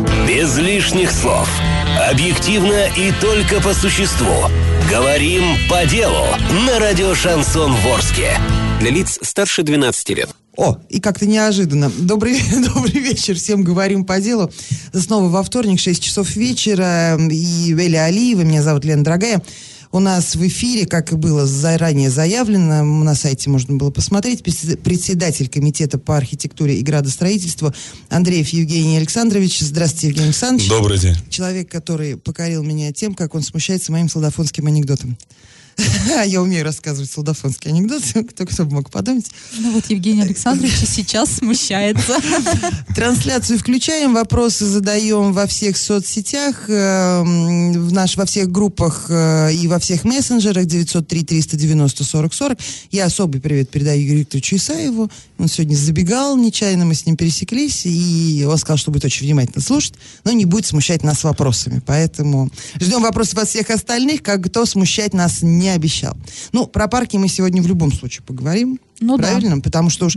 Без лишних слов. Объективно и только по существу. Говорим по делу на радио «Шансон Ворске». Для лиц старше 12 лет. О, и как-то неожиданно. Добрый вечер, всем говорим по делу. Снова во вторник, 6 часов вечера. И Эля Алиева, меня зовут Лена Дорогая. У нас в эфире, как и было заранее заявлено, на сайте можно было посмотреть, председатель комитета по архитектуре и градостроительству Андреев Евгений Александрович. Здравствуйте, Евгений Александрович. Добрый день. Человек, который покорил меня тем, как он смущается моим солдафонским анекдотом. Я умею рассказывать солдафонские анекдоты, кто бы мог подумать. Ну вот Евгений Александрович сейчас смущается. Трансляцию включаем, вопросы задаем во всех соцсетях, во всех группах и во всех мессенджерах. 903-390-40-40. Я особый привет передаю Юрию Викторовичу Исаеву. Он сегодня забегал нечаянно, мы с ним пересеклись, и он сказал, что будет очень внимательно слушать, но не будет смущать нас вопросами. Поэтому ждем вопросов от всех остальных, как кто смущать нас не обещал. Ну, про парки мы сегодня в любом случае поговорим. Ну, правильно? Да. Потому что уж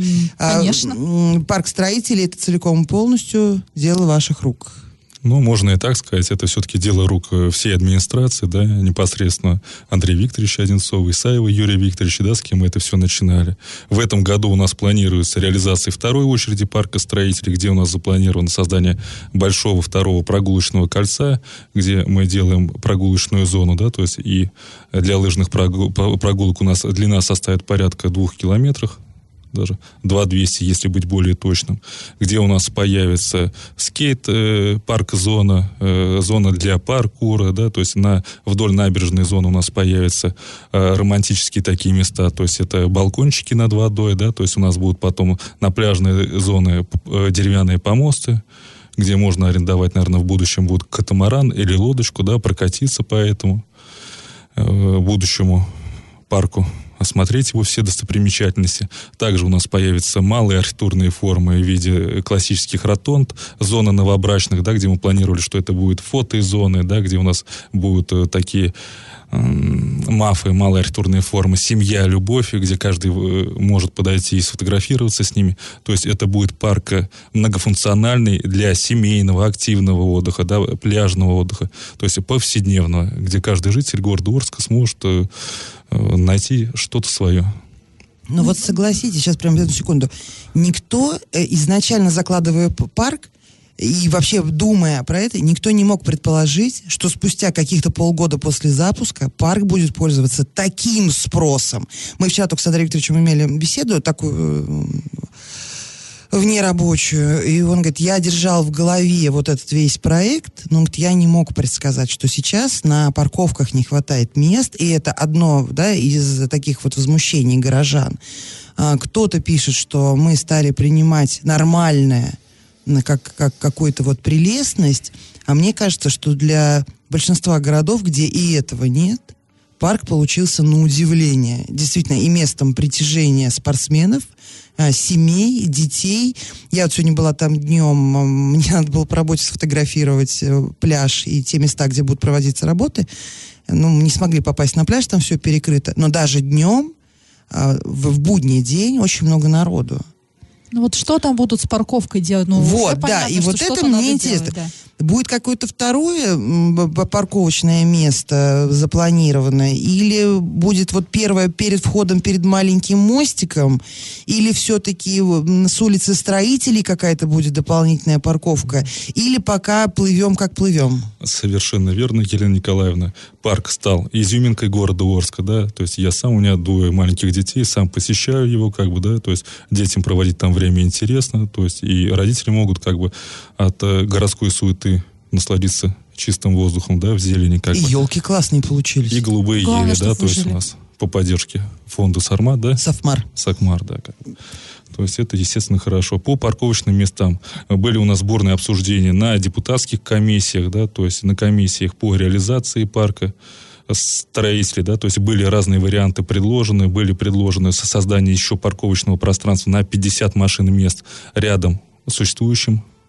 парк строителей — это целиком и полностью дело ваших рук. Ну, можно и так сказать. Это все-таки дело рук всей администрации, да, непосредственно Андрея Викторовича Одинцова, Исаева Юрия Викторовича, да, с кем мы это все начинали. В этом году у нас планируется реализация второй очереди парка строителей, где у нас запланировано создание большого второго прогулочного кольца, где мы делаем прогулочную зону, да, то есть и для лыжных прогулок у нас длина составит порядка 2 километров, даже 2200, если быть более точным, где у нас появится скейт-парк-зона, зона для паркура, да, то есть вдоль набережной зоны у нас появятся романтические такие места, то есть это балкончики над водой, да, то есть у нас будут потом на пляжной зоне деревянные помосты, где можно арендовать, наверное, в будущем будет катамаран или лодочку, да, прокатиться по этому будущему парку, осмотреть его все достопримечательности. Также у нас появятся малые архитектурные формы в виде классических ротонд, зона новобрачных, да, где мы планировали, что это будет фотозоны, да, где у нас будут такие мафы, малые архитектурные формы, семья, любовь, где каждый может подойти и сфотографироваться с ними. То есть это будет парк многофункциональный для семейного, активного отдыха, да, пляжного отдыха, то есть повседневного, где каждый житель города Орска сможет найти что-то свое. Ну вот согласитесь, сейчас прямо одну секунду. Никто, изначально закладывая парк, и вообще, думая про это, никто не мог предположить, что спустя каких-то полгода после запуска парк будет пользоваться таким спросом. Мы вчера только с Андреем Викторовичем имели беседу такую внерабочую, и он говорит, я держал в голове вот этот весь проект, но я не мог предсказать, что сейчас на парковках не хватает мест, и это одно, да, из таких вот возмущений горожан. Кто-то пишет, что мы стали принимать нормальное как какую-то вот прелестность, а мне кажется, что для большинства городов, где и этого нет, парк получился на удивление действительно и местом притяжения спортсменов, семей, детей. Я вот сегодня была там днем, мне надо было по работе сфотографировать пляж и те места, где будут проводиться работы. Ну, мы не смогли попасть на пляж, там все перекрыто. Но даже днем, в будний день, очень много народу. Ну вот что там будут с парковкой делать? Ну, вот, да, и вот это мне интересно. Делать, да. Будет какое-то второе парковочное место запланированное? Или будет вот первое перед входом, перед маленьким мостиком? Или все-таки с улицы Строителей какая-то будет дополнительная парковка? Или пока плывем, как плывем? Совершенно верно, Елена Николаевна. Парк стал изюминкой города Орска, да, то есть я сам, у меня 2 маленьких детей, сам посещаю его, как бы, да, то есть детям проводить там время интересно, то есть и родители могут, как бы, от городской суеты насладиться чистым воздухом, да, в зелени, как и бы. елки классные получились. И голубые ели, да, то есть у нас по поддержке фонда Сармат, да? Сакмар, да, как бы. То есть это, естественно, хорошо. По парковочным местам были у нас сборные обсуждения на депутатских комиссиях, да, то есть на комиссиях по реализации парка строителей, да, то есть были разные варианты предложены, были предложены создание еще парковочного пространства на 50 машин мест рядом с существующим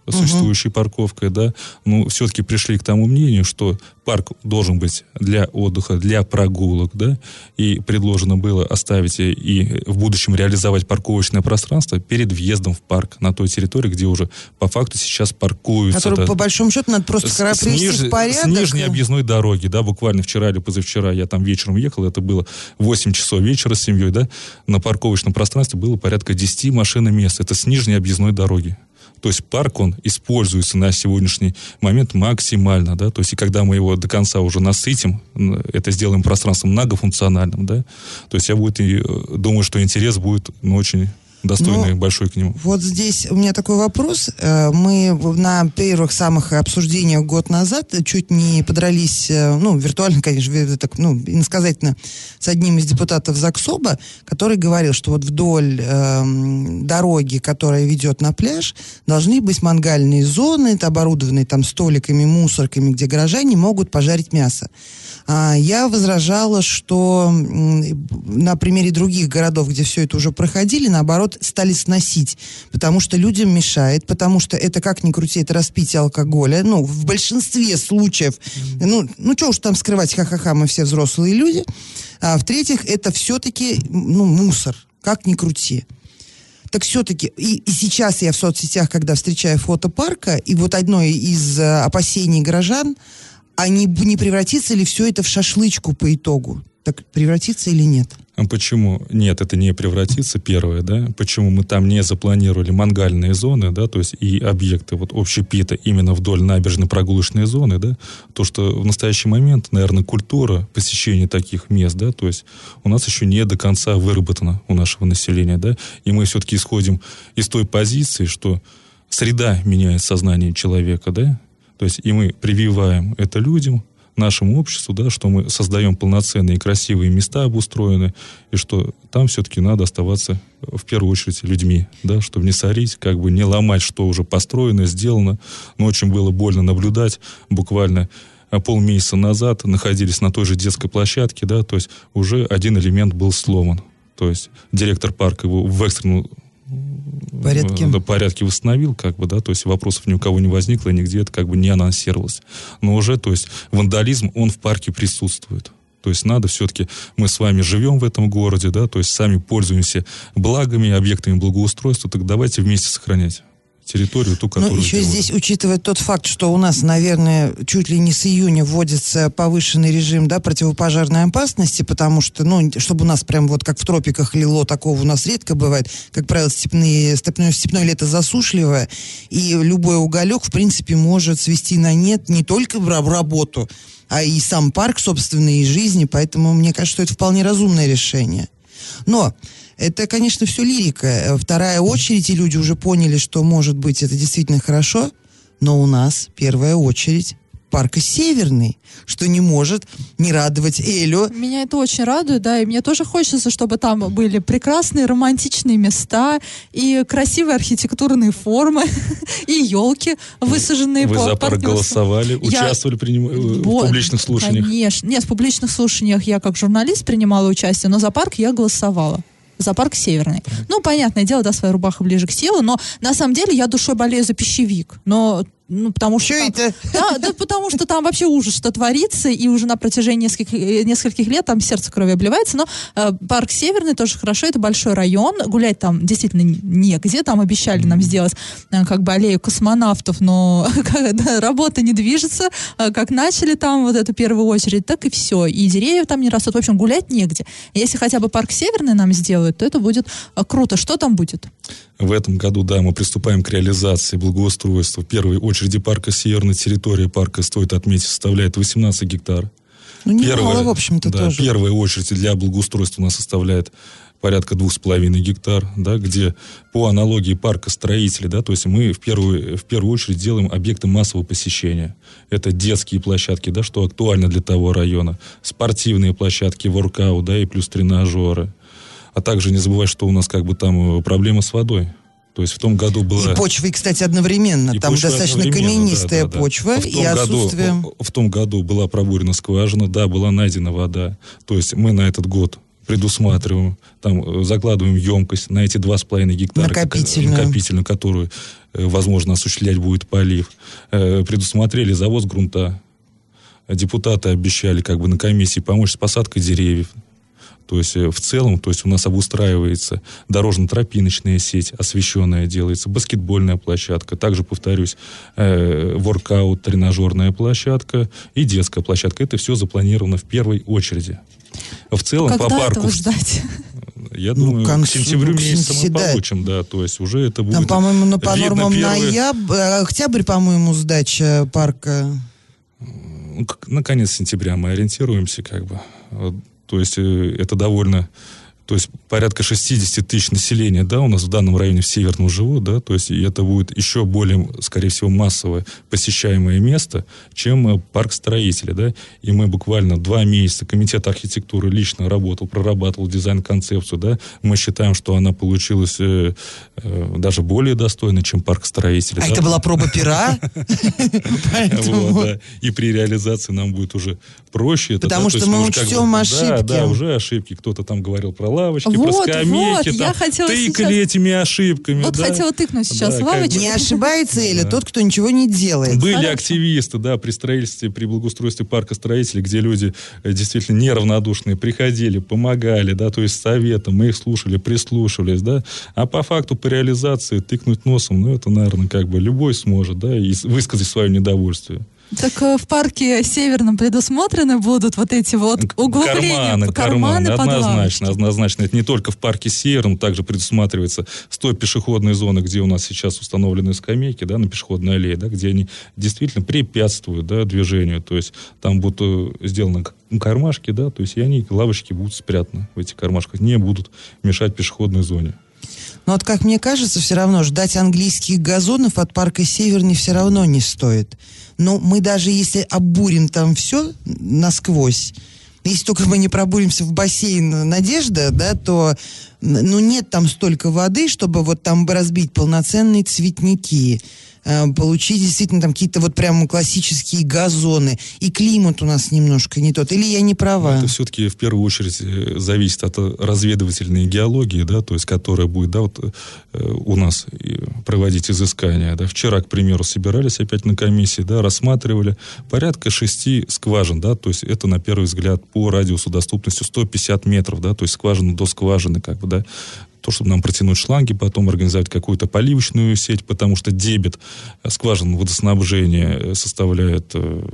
существующей парковкой, да, но все-таки пришли к тому мнению, что парк должен быть для отдыха, для прогулок, да, и предложено было оставить и в будущем реализовать парковочное пространство перед въездом в парк, на той территории, где уже по факту сейчас паркуются. Который, по большому счету, надо просто привести в порядок. С нижней объездной дороги, да, буквально вчера или позавчера я там вечером ехал, это было 8 часов вечера с семьей, да, на парковочном пространстве было порядка 10 машин и мест. Это с нижней объездной дороги. То есть парк, он используется на сегодняшний момент максимально, да, то есть и когда мы его до конца уже насытим, это сделаем пространством многофункциональным, да, то есть я думаю, что интерес будет, очень достойный, большой к нему. Вот здесь у меня такой вопрос. Мы на первых самых обсуждениях год назад чуть не подрались, виртуально, конечно, так, иносказательно, с одним из депутатов ЗАГСОБа, который говорил, что вот вдоль дороги, которая ведет на пляж, должны быть мангальные зоны, оборудованные там столиками, мусорками, где горожане могут пожарить мясо. Я возражала, что на примере других городов, где все это уже проходили, наоборот, стали сносить, потому что людям мешает, потому что это, как ни крути, это распитие алкоголя, в большинстве случаев, что уж там скрывать, ха-ха-ха, мы все взрослые люди, а в-третьих, это все-таки, мусор, как ни крути. Так все-таки, и сейчас я в соцсетях, когда встречаю фото парка, и вот одно из опасений горожан, а не превратится ли все это в шашлычку по итогу? Так превратится или нет? Почему? Нет, это не превратится, первое, да. Почему мы там не запланировали мангальные зоны, да, то есть и объекты общепита именно вдоль набережной прогулочной зоны, да. То, что в настоящий момент, наверное, культура посещения таких мест, да, то есть у нас еще не до конца выработана у нашего населения, да. И мы все-таки исходим из той позиции, что среда меняет сознание человека, да. То есть и мы прививаем это людям, нашему обществу, да, что мы создаем полноценные красивые места обустроенные, и что там все-таки надо оставаться в первую очередь людьми, да, чтобы не сорить, не ломать, что уже построено, сделано. Но очень было больно наблюдать. Буквально полмесяца назад находились на той же детской площадке, да, то есть уже один элемент был сломан. То есть директор парка его в экстренном порядке восстановил, то есть вопросов ни у кого не возникло, нигде это не анонсировалось. Но уже, то есть вандализм, он в парке присутствует. То есть надо все-таки, мы с вами живем в этом городе, да, то есть сами пользуемся благами, объектами благоустройства, так давайте вместе сохранять территорию, ту, которую... еще здесь, учитывая тот факт, что у нас, наверное, чуть ли не с июня вводится повышенный режим, да, противопожарной опасности, потому что, чтобы у нас прям как в тропиках лило, такого у нас редко бывает. Как правило, степное лето засушливое, и любой уголек, в принципе, может свести на нет не только работу, а и сам парк, собственно, и жизни, поэтому мне кажется, что это вполне разумное решение. Но это, конечно, все лирика. Вторая очередь, и люди уже поняли, что, может быть, это действительно хорошо, но у нас первая очередь парка Северный, что не может не радовать Элю. Меня это очень радует, да, и мне тоже хочется, чтобы там были прекрасные романтичные места и красивые архитектурные формы, и елки, высаженные по парку. Вы за парк голосовали, участвовали в публичных слушаниях? Конечно. Нет, в публичных слушаниях я как журналист принимала участие, но за парк я голосовала. За парк Северный. Понятное дело, да, своя рубаха ближе к телу, но на самом деле я душой болею за пищевик. Потому что... Да, потому что там вообще ужас, что творится, и уже на протяжении нескольких лет там сердце крови обливается, но парк Северный тоже хорошо, это большой район, гулять там действительно негде, там обещали нам сделать аллею космонавтов, но работа не движется, как начали там эту первую очередь, так и все, и деревья там не растут, в общем, гулять негде. Если хотя бы парк Северный нам сделают, то это будет круто. Что там будет? В этом году, да, мы приступаем к реализации благоустройства. В первой очереди парка Северный, территория парка, стоит отметить, составляет 18 гектар. Немало, в общем-то, тоже. Первая очередь для благоустройства у нас составляет порядка 2,5 гектар, да, где по аналогии парка строителей, да, то есть мы в первую очередь делаем объекты массового посещения. Это детские площадки, да, что актуально для того района, спортивные площадки, воркаут, да, и плюс тренажеры. А также не забывай, что у нас там проблема с водой. То есть в том году была... И почвой, кстати, одновременно. И там достаточно каменистая почва, и отсутствие... В том году была пробурена скважина, да, была найдена вода. То есть мы на этот год предусматриваем, там закладываем емкость на эти 2,5 гектара, накопительную, которую, возможно, осуществлять будет полив. Предусмотрели завоз грунта. Депутаты обещали на комиссии помочь с посадкой деревьев. То есть в целом, у нас обустраивается дорожно-тропиночная сеть, освещенная делается, баскетбольная площадка, также, повторюсь, воркаут, тренажерная площадка и детская площадка. Это все запланировано в первой очереди. В целом когда по парку... этого ждать? Я думаю, к сентябрю месяцу мы получим, да, то есть уже это будет... Там, по-моему, по нормам октябрь, по-моему, сдача парка. На конец сентября мы ориентируемся, То есть это довольно... То есть порядка 60 тысяч населения, да, у нас в данном районе в Северном живут, да, то есть это будет еще более, скорее всего, массовое посещаемое место, чем парк строителей, да, и мы буквально 2 месяца, комитет архитектуры лично работал, прорабатывал дизайн-концепцию, да, мы считаем, что она получилась даже более достойной, чем парк строителей. А это была проба пера? И при реализации нам будет уже проще. Потому что мы учтем ошибки. Да, уже ошибки, кто-то там говорил про лавочки, про скамейки, тыкали этими ошибками. Хотела тыкнуть сейчас лавочки. Не ошибается или тот, кто ничего не делает. Были активисты, да, при строительстве, при благоустройстве парка строителей, где люди действительно неравнодушные приходили, помогали, да, то есть советом, мы их слушали, прислушивались, да, а по факту по реализации тыкнуть носом, это, наверное, любой сможет, да, и высказать свое недовольствие. Так в парке Северном предусмотрены будут вот эти вот углубления, карманы однозначно. Это не только в парке Северном, также предусматривается 100 пешеходной зоны, где у нас сейчас установлены скамейки, да, на пешеходной аллее, да, где они действительно препятствуют, да, движению. То есть там будут сделаны кармашки, да, то есть и они, лавочки будут спрятаны в этих кармашках, не будут мешать пешеходной зоне. Но вот, как мне кажется, все равно ждать английских газонов от парка Северный все равно не стоит. Но мы даже если оббурим там все насквозь, если только мы не пробуримся в бассейн «Надежда», да, то нет там столько воды, чтобы вот там разбить полноценные цветники, получить действительно там какие-то вот прям классические газоны. И климат у нас немножко не тот. Или я не права? Это все-таки в первую очередь зависит от разведывательной геологии, да, то есть которая будет, да, вот у нас проводить изыскания. Да. Вчера, к примеру, собирались опять на комиссии, да, рассматривали порядка 6 скважин, да, то есть это на первый взгляд по радиусу доступностью 150 метров, да, то есть скважина до скважины, да. То, чтобы нам протянуть шланги, потом организовать какую-то поливочную сеть, потому что дебет скважин водоснабжения составляет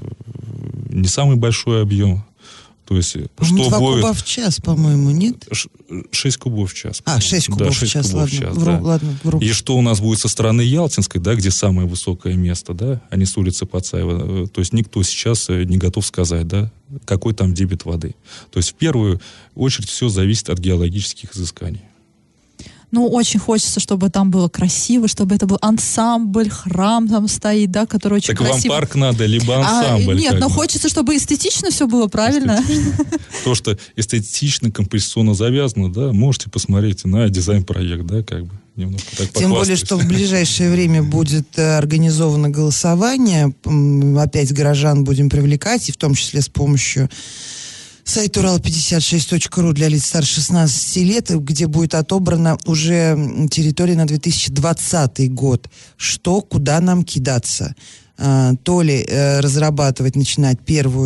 не самый большой объем. То есть, что 2 куба в час, по-моему, нет? 6 кубов в час. 6 кубов в час, ладно. И что у нас будет со стороны Ялтинской, да, где самое высокое место, да, а не с улицы Пацаева. То есть никто сейчас не готов сказать, да, какой там дебет воды. То есть в первую очередь все зависит от геологических изысканий. Очень хочется, чтобы там было красиво, чтобы это был ансамбль, храм там стоит, да, который очень красивый. Так вам парк надо, либо ансамбль. Нет, но хочется, чтобы эстетично все было, правильно? То, что эстетично, композиционно завязано, да, можете посмотреть на дизайн-проект, да, немножко так похвастаюсь. Тем более, что в ближайшее время будет организовано голосование, опять горожан будем привлекать, и в том числе с помощью сайт урал56.ру для лиц старше 16 лет, где будет отобрана уже территория на 2020 год. Что, куда нам кидаться? То ли разрабатывать, начинать первую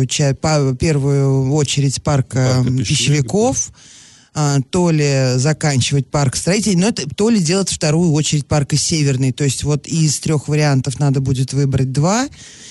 очередь парка пищевиков, то ли заканчивать парк строителей, то ли делать вторую очередь парка Северный. То есть вот из 3 вариантов надо будет выбрать 2.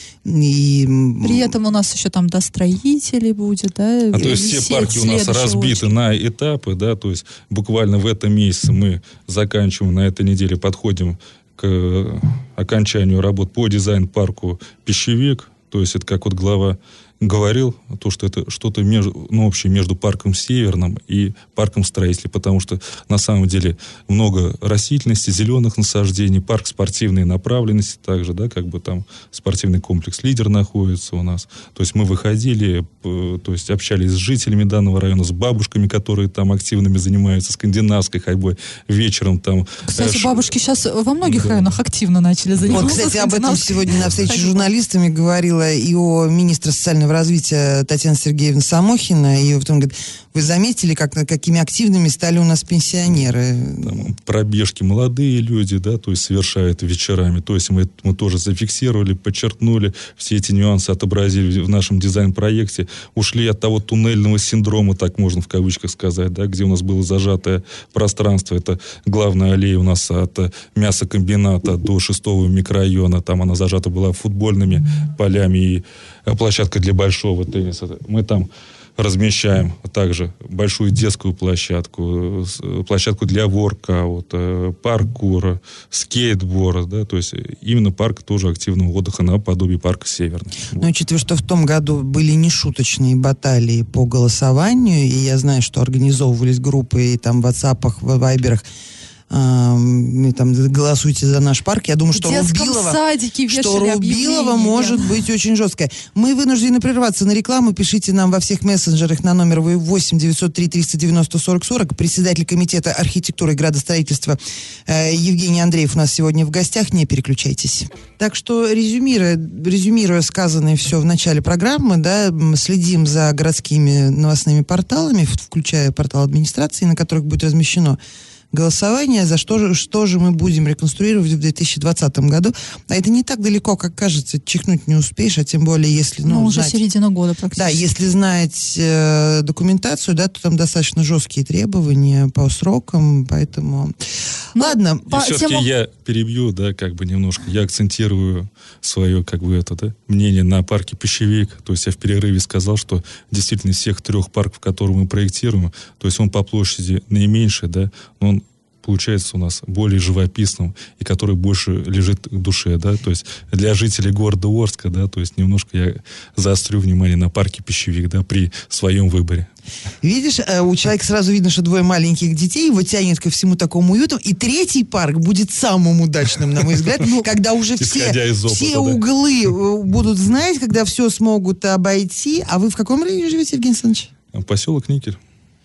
При этом у нас еще там строителей будет, да? То есть все парки у нас разбиты на этапы, да, то есть буквально в этом месяце мы заканчиваем, на этой неделе подходим к окончанию работ по дизайн-парку «Пищевик», то есть это как вот глава говорил, то, что это что-то общее между парком Северным и парком строителей, потому что на самом деле много растительности, зеленых насаждений, парк спортивной направленности также, да, там спортивный комплекс «Лидер» находится у нас. То есть мы выходили, то есть общались с жителями данного района, с бабушками, которые там активными занимаются скандинавской ходьбой, вечером там... Кстати, бабушки сейчас во многих районах активно начали заниматься. Вот, кстати, об этом сегодня на встрече с журналистами говорила и министр социальной в развитие Татьяна Сергеевна Самохина, и потом говорит, вы заметили, какими активными стали у нас пенсионеры? Там пробежки молодые люди, да, то есть совершают вечерами. То есть мы тоже зафиксировали, подчеркнули, все эти нюансы отобразили в нашем дизайн-проекте. Ушли от того туннельного синдрома, так можно в кавычках сказать, да, где у нас было зажатое пространство. Это главная аллея у нас от мясокомбината до 6-го микрорайона. Там она зажата была футбольными полями и площадкой для большого тенниса. Мы там размещаем также большую детскую площадку для воркаута, паркура, скейтборда, да, то есть именно парк тоже активного отдыха наподобие парка Северный. Ну, учитывая, что в том году были нешуточные баталии по голосованию, и я знаю, что организовывались группы и там в WhatsApp, в Вайберах, там, голосуйте за наш парк. Я думаю, что Рубилова может быть очень жесткая. Мы вынуждены прерваться на рекламу. Пишите нам во всех мессенджерах на номер 8 903 390 40 40. Председатель комитета архитектуры и градостроительства Евгений Андреев у нас сегодня в гостях. Не переключайтесь. Так что, резюмируя сказанное все в начале программы, да, следим за городскими новостными порталами, включая портал администрации, на которых будет размещено голосование, за что же мы будем реконструировать в 2020 году. А это не так далеко, как кажется, чихнуть не успеешь, а тем более, если... уже середина года практически. Да, если знать документацию, да, то там достаточно жесткие требования по срокам, поэтому... Ладно. Все-таки я перебью, да, немножко. Я акцентирую свое, мнение на парке Пищевик. То есть я в перерыве сказал, что действительно из всех 3 парков, которые мы проектируем, то есть он по площади наименьший, да, но он получается у нас более живописным и который больше лежит к душе, да, то есть для жителей города Орска, да, то есть немножко я заострю внимание на парке Пищевик, да, при своем выборе. Видишь, у человека сразу видно, что 2 маленьких детей, его тянет ко всему такому уюту, и 3-й парк будет самым удачным, на мой взгляд, когда уже все углы будут знать, когда все смогут обойти. А вы в каком районе живете, Евгений Александрович? Поселок Никель.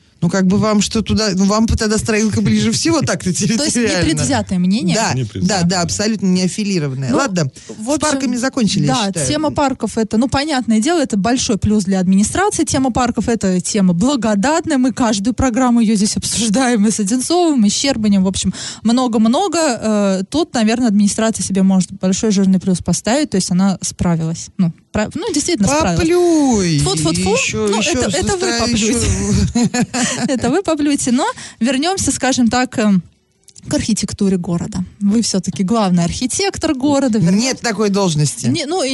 Вам что туда... вам тогда строилка ближе всего так-то территориально. То есть непредвзятое мнение. Да, абсолютно не аффилированное. Ладно, с парками закончили, я считаю. Да, тема парков это, понятное дело, это большой плюс для администрации. Тема парков это тема благодатная. Мы каждую программу ее здесь обсуждаем и с Одинцовым, и с Щербанем. В общем, много-много. Тут, наверное, администрация себе может большой жирный плюс поставить. То есть она справилась. Действительно справилась. Поплюй! Фу-фу-фу. Это вы поплюете. Это вы поплюете. Но вернемся, скажем так, к архитектуре города. Вы все-таки главный архитектор города. Нет такой должности.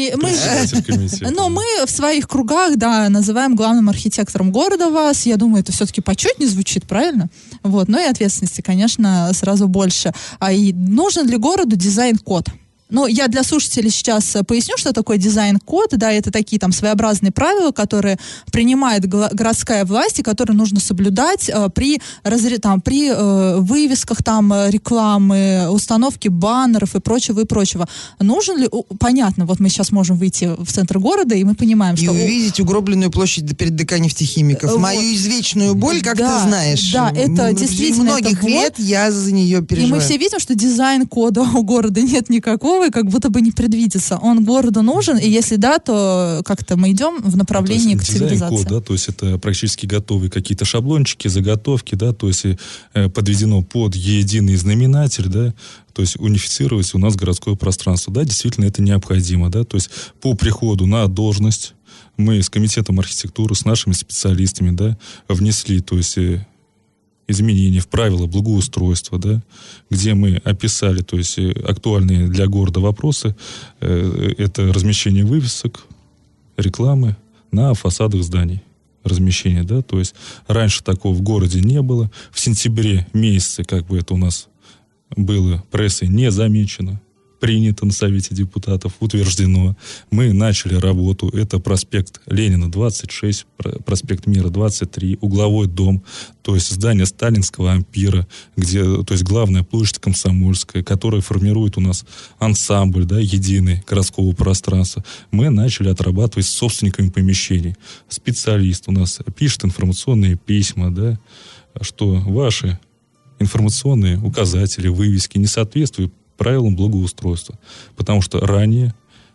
Но мы в своих кругах, да, называем главным архитектором города вас. Я думаю, это все-таки почетнее звучит, правильно? Но и ответственности, конечно, сразу больше. И нужен ли городу дизайн-код? Я для слушателей сейчас поясню, что такое дизайн-код. Да, это такие своеобразные правила, которые принимает городская власть и которые нужно соблюдать при вывесках рекламы, установке баннеров и прочего. Нужен ли... Понятно, мы сейчас можем выйти в центр города, и мы понимаем, что... И увидеть угробленную площадь перед ДК нефтехимиков. Мою извечную боль, как ты знаешь. Да, это действительно... Многих лет я за нее переживаю. И мы все видим, что дизайн-кода у города нет никакого, и как будто бы не предвидится. Он городу нужен, и если да, то как-то мы идем в направлении к цивилизации. Дизайн-код, да, то есть это практически готовые какие-то шаблончики, заготовки, да, то есть подведено под единый знаменатель, да, то есть унифицировать у нас городское пространство. Да, действительно это необходимо, да, то есть по приходу на должность мы с комитетом архитектуры, с нашими специалистами, да, внесли, то есть изменения в правила благоустройства, да, где мы описали, то есть актуальные для города вопросы. Это размещение вывесок, рекламы на фасадах зданий. Размещение, да, то есть раньше такого в городе не было. В сентябре месяце, это у нас было прессой не замечено, принято на Совете депутатов, утверждено. Мы начали работу. Это проспект Ленина, 26, проспект Мира, 23, угловой дом, то есть здание Сталинского ампира, где, то есть главная площадь Комсомольская, которая формирует у нас ансамбль, да, единый городского пространства. Мы начали отрабатывать с собственниками помещений. Специалист у нас пишет информационные письма, да, что ваши информационные указатели, вывески не соответствуют правилам благоустройства. Потому что ранее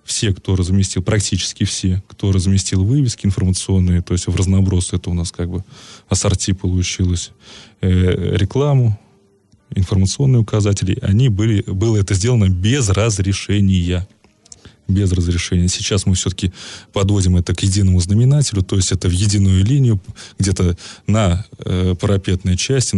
все, кто разместил, практически все, кто разместил вывески информационные, то есть в разноброс, это у нас как бы ассорти получилось, рекламу, информационные указатели, было это сделано без разрешения. Без разрешения. Сейчас мы все-таки подводим это к единому знаменателю, то есть это в единую линию, где-то на парапетной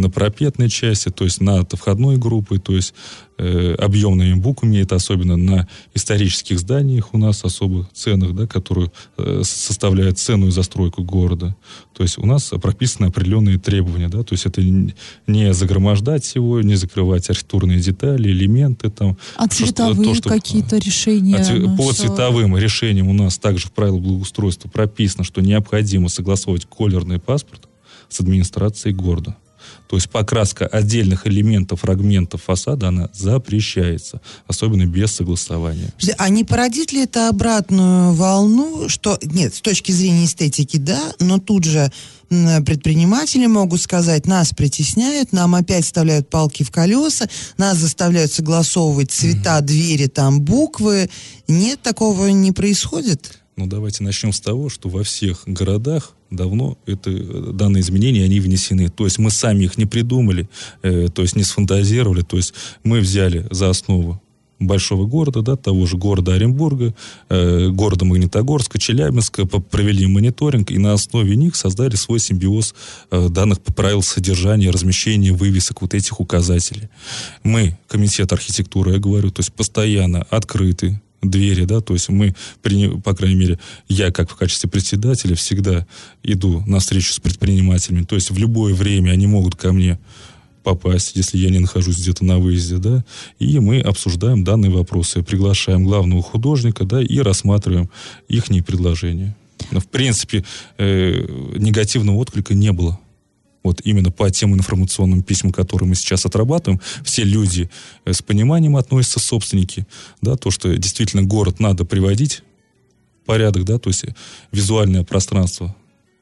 части, то есть над входной группой, то есть объемными буквами, это особенно на исторических зданиях у нас особых ценах, да, которые составляют ценную застройку города. То есть у нас прописаны определенные требования, да, то есть это не загромождать всего, не закрывать архитектурные детали, элементы там. А цветовые какие-то решения? По цветовым решениям у нас также в правилах благоустройства прописано, что необходимо согласовывать колерный паспорт с администрацией города. То есть покраска отдельных элементов, фрагментов фасада, она запрещается, особенно без согласования. А не породит ли это обратную волну, что, нет, с точки зрения эстетики, да, но тут же предприниматели могут сказать, нас притесняют, нам опять вставляют палки в колеса, нас заставляют согласовывать цвета, двери, там, буквы. Нет, такого не происходит? Ну, давайте начнем с того, что во всех городах давно данные изменения, они внесены. То есть мы сами их не придумали, то есть не сфантазировали, то есть мы взяли за основу большого города, да, того же города Оренбурга, города Магнитогорска, Челябинска, провели мониторинг и на основе них создали свой симбиоз данных по правилам содержания, размещения вывесок вот этих указателей. Мы, комитет архитектуры, я говорю, то есть постоянно открыты двери, да, то есть мы, по крайней мере, я как в качестве председателя всегда иду на встречу с предпринимателями, то есть в любое время они могут ко мне попасть, если я не нахожусь где-то на выезде, да, и мы обсуждаем данные вопросы, приглашаем главного художника, да, и рассматриваем ихние предложения. Но, в принципе, негативного отклика не было. Вот именно по тем информационным письмам, которые мы сейчас отрабатываем, все люди с пониманием относятся, собственники, да, то, что действительно город надо приводить в порядок, да, то есть визуальное пространство.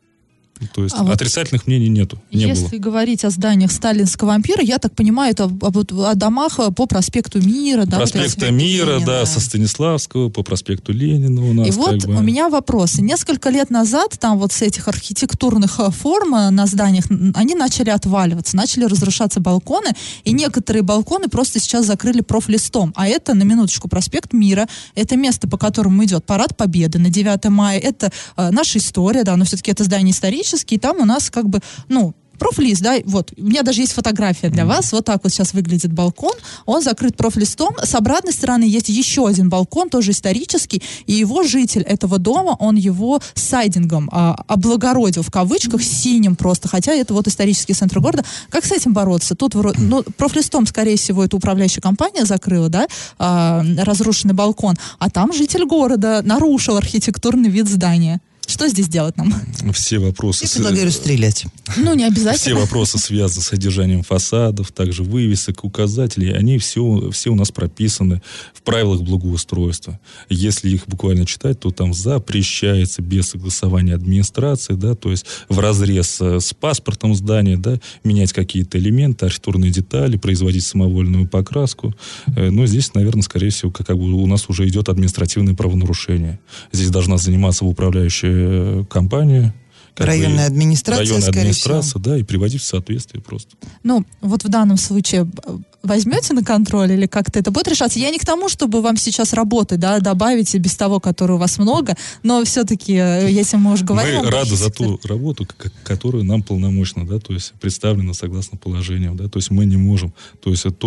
То есть отрицательных мнений не было. Если говорить о зданиях сталинского ампира, я так понимаю, это о домах по проспекту Мира. Да, проспекта Мира, Ленина, да, со Станиславского, по проспекту Ленина у нас. И вот у меня вопросы. Несколько лет назад там вот с этих архитектурных форм на зданиях, они начали отваливаться, начали разрушаться балконы, и некоторые балконы просто сейчас закрыли профлистом. А это, на минуточку, проспект Мира, это место, по которому идет Парад Победы на 9 мая, это наша история, да, но все-таки это здание историческое, и там у нас как бы, профлист, да, вот, у меня даже есть фотография для вас, вот так вот сейчас выглядит балкон, он закрыт профлистом, с обратной стороны есть еще один балкон, тоже исторический, и его житель этого дома, он его сайдингом облагородил, в кавычках, синим просто, хотя это вот исторический центр города. Как с этим бороться? Тут, профлистом, скорее всего, это управляющая компания закрыла, да, разрушенный балкон, а там житель города нарушил архитектурный вид здания. Что здесь делать нам? Все вопросы... Я предлагаю стрелять. Не обязательно. Все вопросы связаны с содержанием фасадов, также вывесок, указателей. Они все у нас прописаны в правилах благоустройства. Если их буквально читать, то там запрещается без согласования администрации, да, то есть вразрез с паспортом здания, да, менять какие-то элементы, архитектурные детали, производить самовольную покраску. Но здесь, наверное, скорее всего, как бы у нас уже идет административное правонарушение. Здесь должна заниматься управляющая компания, районная администрация, да, и приводить в соответствие просто. Вот в данном случае возьмете на контроль или как-то это будет решаться? Я не к тому, чтобы вам сейчас работы, да, добавить и без того, которой у вас много, но все-таки, если мы уже говорим... Мы рады за ту работу, которую нам полномочно, да, то есть представлена согласно положениям, да, то есть мы не можем, то есть это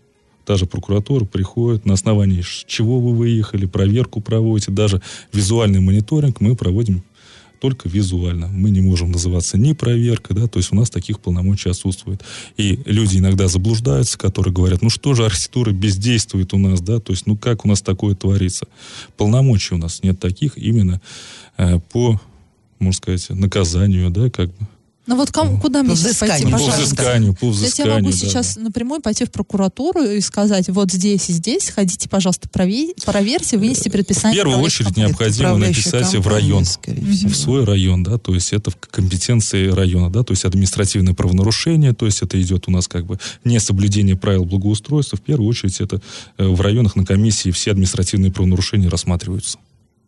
та же прокуратура приходит, на основании чего вы выехали, проверку проводите, даже визуальный мониторинг мы проводим только визуально. Мы не можем называться ни проверка, да, то есть у нас таких полномочий отсутствует. И люди иногда заблуждаются, которые говорят, что же архитектура бездействует у нас, да, то есть, как у нас такое творится. Полномочий у нас нет таких именно по, можно сказать, наказанию, да, как бы. Ну вот куда мне сейчас пойти, пожалуйста? По взысканию. То есть я могу сейчас напрямую пойти в прокуратуру и сказать, вот здесь и здесь, ходите, пожалуйста, проверьте, вынесите предписание. В первую очередь необходимо написать в район, в свой район, да, то есть это в компетенции района, да, то есть административное правонарушение, то есть это идет у нас как бы несоблюдение правил благоустройства. В первую очередь это в районах на комиссии все административные правонарушения рассматриваются.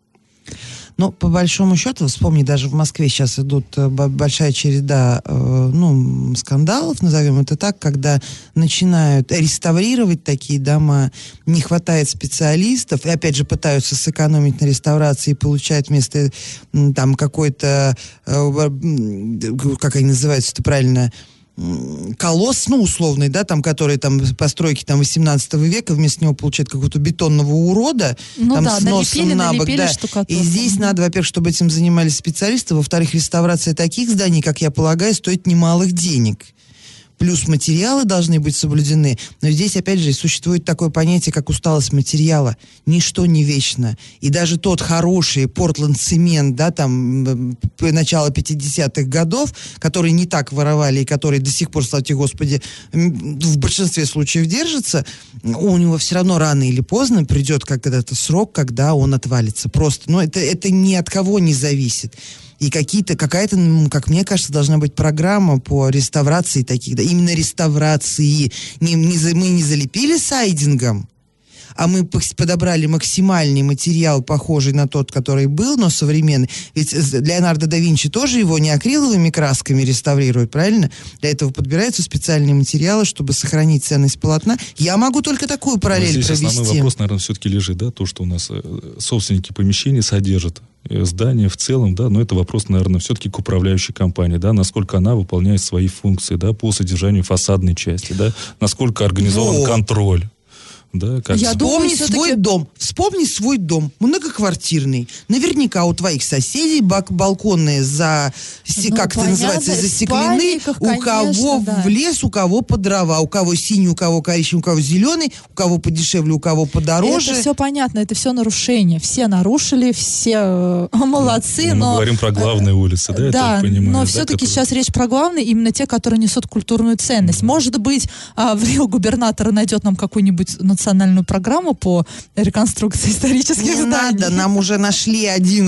Но по большому счету, вспомни, даже в Москве сейчас идут большая череда скандалов, назовем это так, когда начинают реставрировать такие дома, не хватает специалистов, и опять же пытаются сэкономить на реставрации и получают вместо там какой-то, как они называются-то правильно, колосс, условный, да, там, который там постройки там 18 века, вместо него получает какого-то бетонного урода, там с носом на бок, да. И здесь надо, во-первых, чтобы этим занимались специалисты, во-вторых, реставрация таких зданий, как я полагаю, стоит немалых денег. Плюс материалы должны быть соблюдены. Но здесь, опять же, существует такое понятие, как усталость материала. Ничто не вечно. И даже тот хороший Портленд-цемент, да, там, начала 50-х годов, который не так воровали и который до сих пор, слава тебе Господи, в большинстве случаев держится, у него все равно рано или поздно придет когда-то срок, когда он отвалится. Просто. Но это ни от кого не зависит. И какая-то, как мне кажется, должна быть программа по реставрации таких, да, именно реставрации. Мы не залепили сайдингом, а мы подобрали максимальный материал, похожий на тот, который был, но современный. Ведь Леонардо да Винчи тоже его не акриловыми красками реставрирует, правильно? Для этого подбираются специальные материалы, чтобы сохранить ценность полотна. Я могу только такую параллель провести. Здесь основной вопрос, наверное, все-таки лежит, да, то, что у нас собственники помещений содержат здание в целом, да, но это вопрос, наверное, все-таки к управляющей компании, да, насколько она выполняет свои функции, да, по содержанию фасадной части, да, насколько организован контроль. Да, Вспомни свой дом, многоквартирный. Наверняка у твоих соседей балконные застеклены, у кого в лес, у кого по дрова, у кого синий, у кого коричневый, у кого зеленый, у кого подешевле, у кого подороже. Это все понятно, это все нарушения. Все нарушили, все молодцы, но... Мы говорим про главные улицы, да, да, я понимаю. Но все-таки сейчас речь про главные, именно те, которые несут культурную ценность. Может быть, в Рио губернатор найдет нам какую-нибудь национальную программу по реконструкции исторических зданий. Не надо, нам уже нашли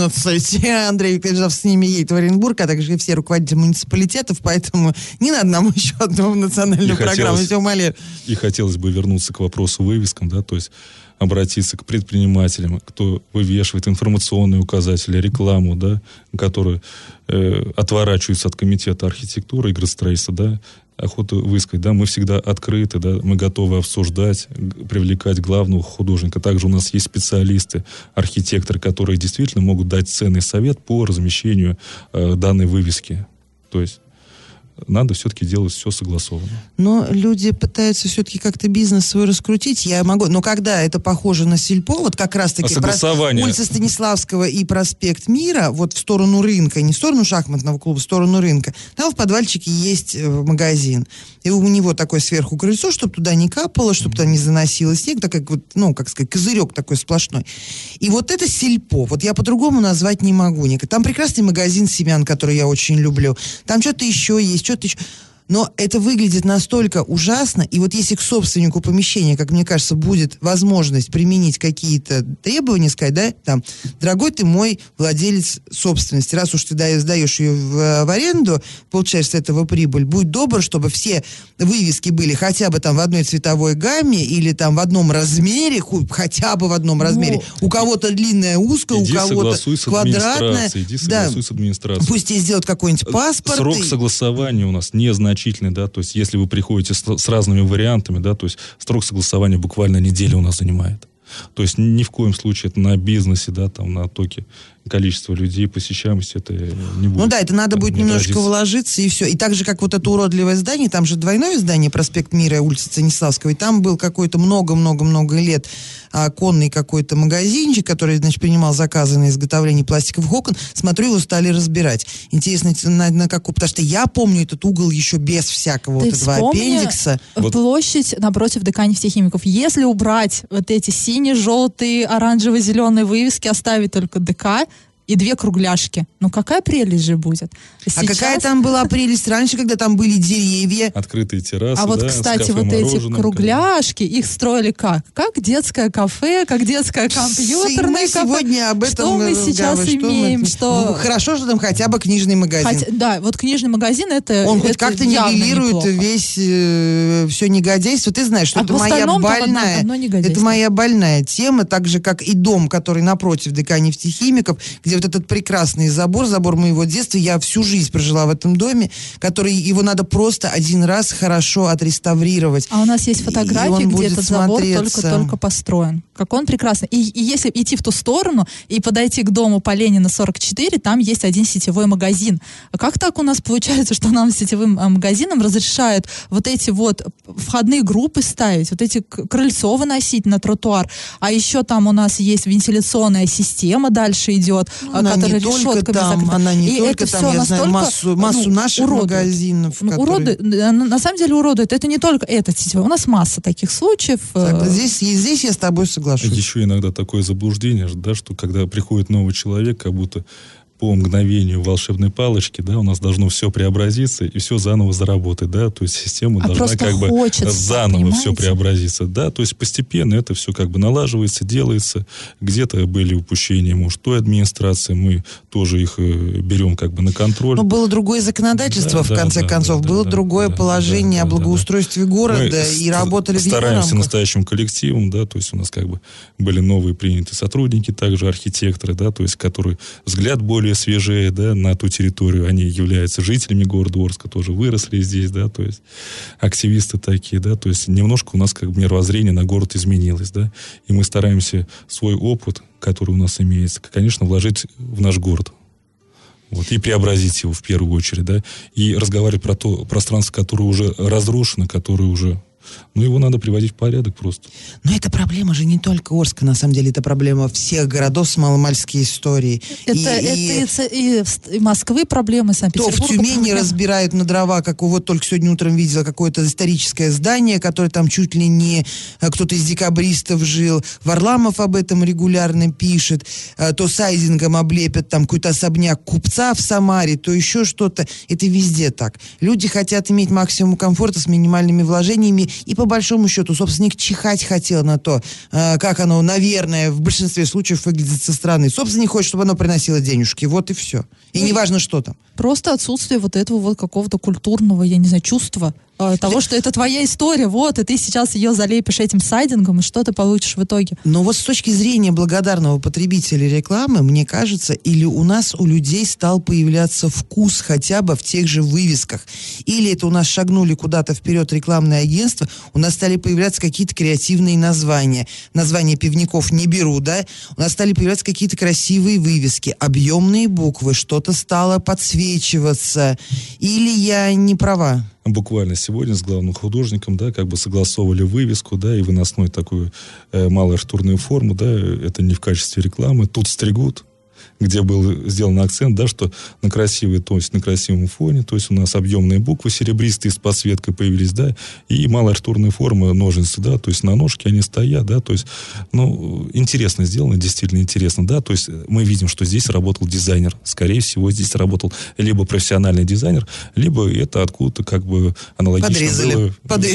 11. Андрей Викторович с ними едет в Оренбург, а также и все руководители муниципалитетов, поэтому не надо нам еще одну национальную программу, я умоляю. И хотелось бы вернуться к вопросу вывескам, да, то есть обратиться к предпринимателям, кто вывешивает информационные указатели, рекламу, да, которые отворачиваются от комитета архитектуры и градостроительства, да, охота высказать, да, мы всегда открыты, да, мы готовы обсуждать, привлекать главного художника. Также у нас есть специалисты, архитекторы, которые действительно могут дать ценный совет по размещению данной вывески. То есть надо все-таки делать все согласованно. Но люди пытаются все-таки как-то бизнес свой раскрутить. Я могу, но когда это похоже на сельпо, вот как раз-таки улица Станиславского и проспект Мира, вот в сторону рынка, не в сторону шахматного клуба, в сторону рынка, там в подвальчике есть магазин. И у него такое сверху крыльцо, чтобы туда не капало, чтобы туда не заносило снег, так как вот, как сказать, козырек такой сплошной. И вот это сельпо, вот я по-другому назвать не могу. Там прекрасный магазин семян, который я очень люблю. Там что-то еще есть, что-то еще. Но это выглядит настолько ужасно, и вот если к собственнику помещения, как мне кажется, будет возможность применить какие-то требования, сказать, да, там, дорогой ты мой владелец собственности, раз уж ты сдаешь ее в аренду, получаешь с этого прибыль, будь добр, чтобы все вывески были хотя бы там в одной цветовой гамме или там в одном размере, хотя бы в одном размере. У кого-то длинная, узкая, у кого-то квадратная. Иди согласуй с администрацией. Пусть тебе сделают какой-нибудь паспорт. Срок согласования у нас незначительный, да, то есть если вы приходите с разными вариантами, да, то есть срок согласования буквально неделю у нас занимает. То есть ни в коем случае это на бизнесе, да, там, на оттоке количества людей, посещаемости это не будет. Ну да, это надо будет немножечко вложиться, и все. И так же, как вот это уродливое здание, там же двойное здание, проспект Мира, улица Станиславского, и там был какой-то много-много-много лет конный какой-то магазинчик, который, значит, принимал заказы на изготовление пластиковых окон. Смотрю, его стали разбирать. Интересно, на какой, потому что я помню этот угол еще без всякого вот этого аппендикса. Площадь напротив ДК нефтехимиков. Если убрать вот эти синие, желтые, оранжево-зеленые вывески, оставить только ДК, и 2 кругляшки. Ну, какая прелесть же будет. А какая там была прелесть раньше, когда там были деревья? Открытые террасы, А вот, кстати, вот эти кругляшки, их строили как? Как детское кафе, как детское компьютерное кафе. Сегодня об этом что мы сейчас имеем? Ну, хорошо, что там хотя бы книжный магазин. Да, вот книжный магазин, это он хоть как-то нивелирует весь все негодяйство. Ты знаешь, что это моя больная, это моя больная тема, так же, как и дом, который напротив ДК нефтехимиков, где вот этот прекрасный забор моего детства. Я всю жизнь прожила в этом доме, который его надо просто один раз хорошо отреставрировать. А у нас есть фотографии, где этот забор только-только построен. Как он прекрасный. И если идти в ту сторону и подойти к дому по Ленина 44, там есть один сетевой магазин. А как так у нас получается, что нам сетевым магазинам разрешают вот эти вот входные группы ставить, вот эти крыльцо выносить на тротуар, а еще там у нас есть вентиляционная система дальше идет, которая решетками закрыта. Она не только там, я знаю массу наших магазинов. Которые... на самом деле уродует. Это не только этот сетевой. У нас масса таких случаев. Здесь я с тобой соглашусь. Еще иногда такое заблуждение, да, что когда приходит новый человек, как будто по мгновению волшебной палочки, да, у нас должно все преобразиться и все заново заработать, да, то есть система должна как бы заново все преобразиться, да, то есть постепенно это все как бы налаживается, делается, где-то были упущения, может, той администрации, мы тоже их берем как бы на контроль. Но было другое законодательство, в конце концов, было другое положение о благоустройстве города, и работали в его рамках. Стараемся настоящим коллективом, да, то есть у нас как бы были новые приняты сотрудники, также архитекторы, да, то есть которые взгляд более свежее, да, на ту территорию, они являются жителями города Орска, тоже выросли здесь, да, то есть активисты такие, да, то есть немножко у нас как бы мировоззрение на город изменилось, да, и мы стараемся свой опыт, который у нас имеется, конечно, вложить в наш город. Вот, и преобразить его в первую очередь, да, и разговаривать про то пространство, которое уже разрушено, которое уже... Ну, его надо приводить в порядок просто. Но эта проблема же не только Орска, на самом деле, это проблема всех городов с маломальской историей. И Москвы проблемы, Санкт-Петербурга. То в Тюмени разбирают на дрова, как вот только сегодня утром видела, какое-то историческое здание, которое там чуть ли не кто-то из декабристов жил. Варламов об этом регулярно пишет. То сайдингом облепят там какой-то особняк купца в Самаре, то еще что-то. Это везде так. Люди хотят иметь максимум комфорта с минимальными вложениями. И по большому счету собственник чихать хотел на то, как оно, наверное, в большинстве случаев выглядит со стороны. Собственник хочет, чтобы оно приносило денежки. Вот и все. И неважно, что там. Просто отсутствие вот этого вот какого-то культурного, я не знаю, чувства того, что это твоя история, вот, и ты сейчас ее залепишь этим сайдингом, и что ты получишь в итоге? Но вот с точки зрения благодарного потребителя рекламы, мне кажется, или у людей стал появляться вкус хотя бы в тех же вывесках, или это у нас шагнули куда-то вперед рекламные агентства, у нас стали появляться какие-то креативные названия. Названия пивников не беру, да? У нас стали появляться какие-то красивые вывески, объемные буквы, что-то стало подсвечиваться. Или я не права? Буквально сегодня с главным художником, да, как бы согласовывали вывеску, да, и выносную такую малоархитектурную форму, да, это не в качестве рекламы, тут стригут, где был сделан акцент, да, что на красивой, то есть на красивом фоне, то есть у нас объемные буквы серебристые с подсветкой появились, да, и малоархитектурные формы, ножницы, да, то есть на ножке они стоят, да, то есть, ну, интересно сделано, действительно интересно, да, то есть мы видим, что здесь работал дизайнер, скорее всего, здесь работал либо профессиональный дизайнер, либо это откуда-то как бы аналогично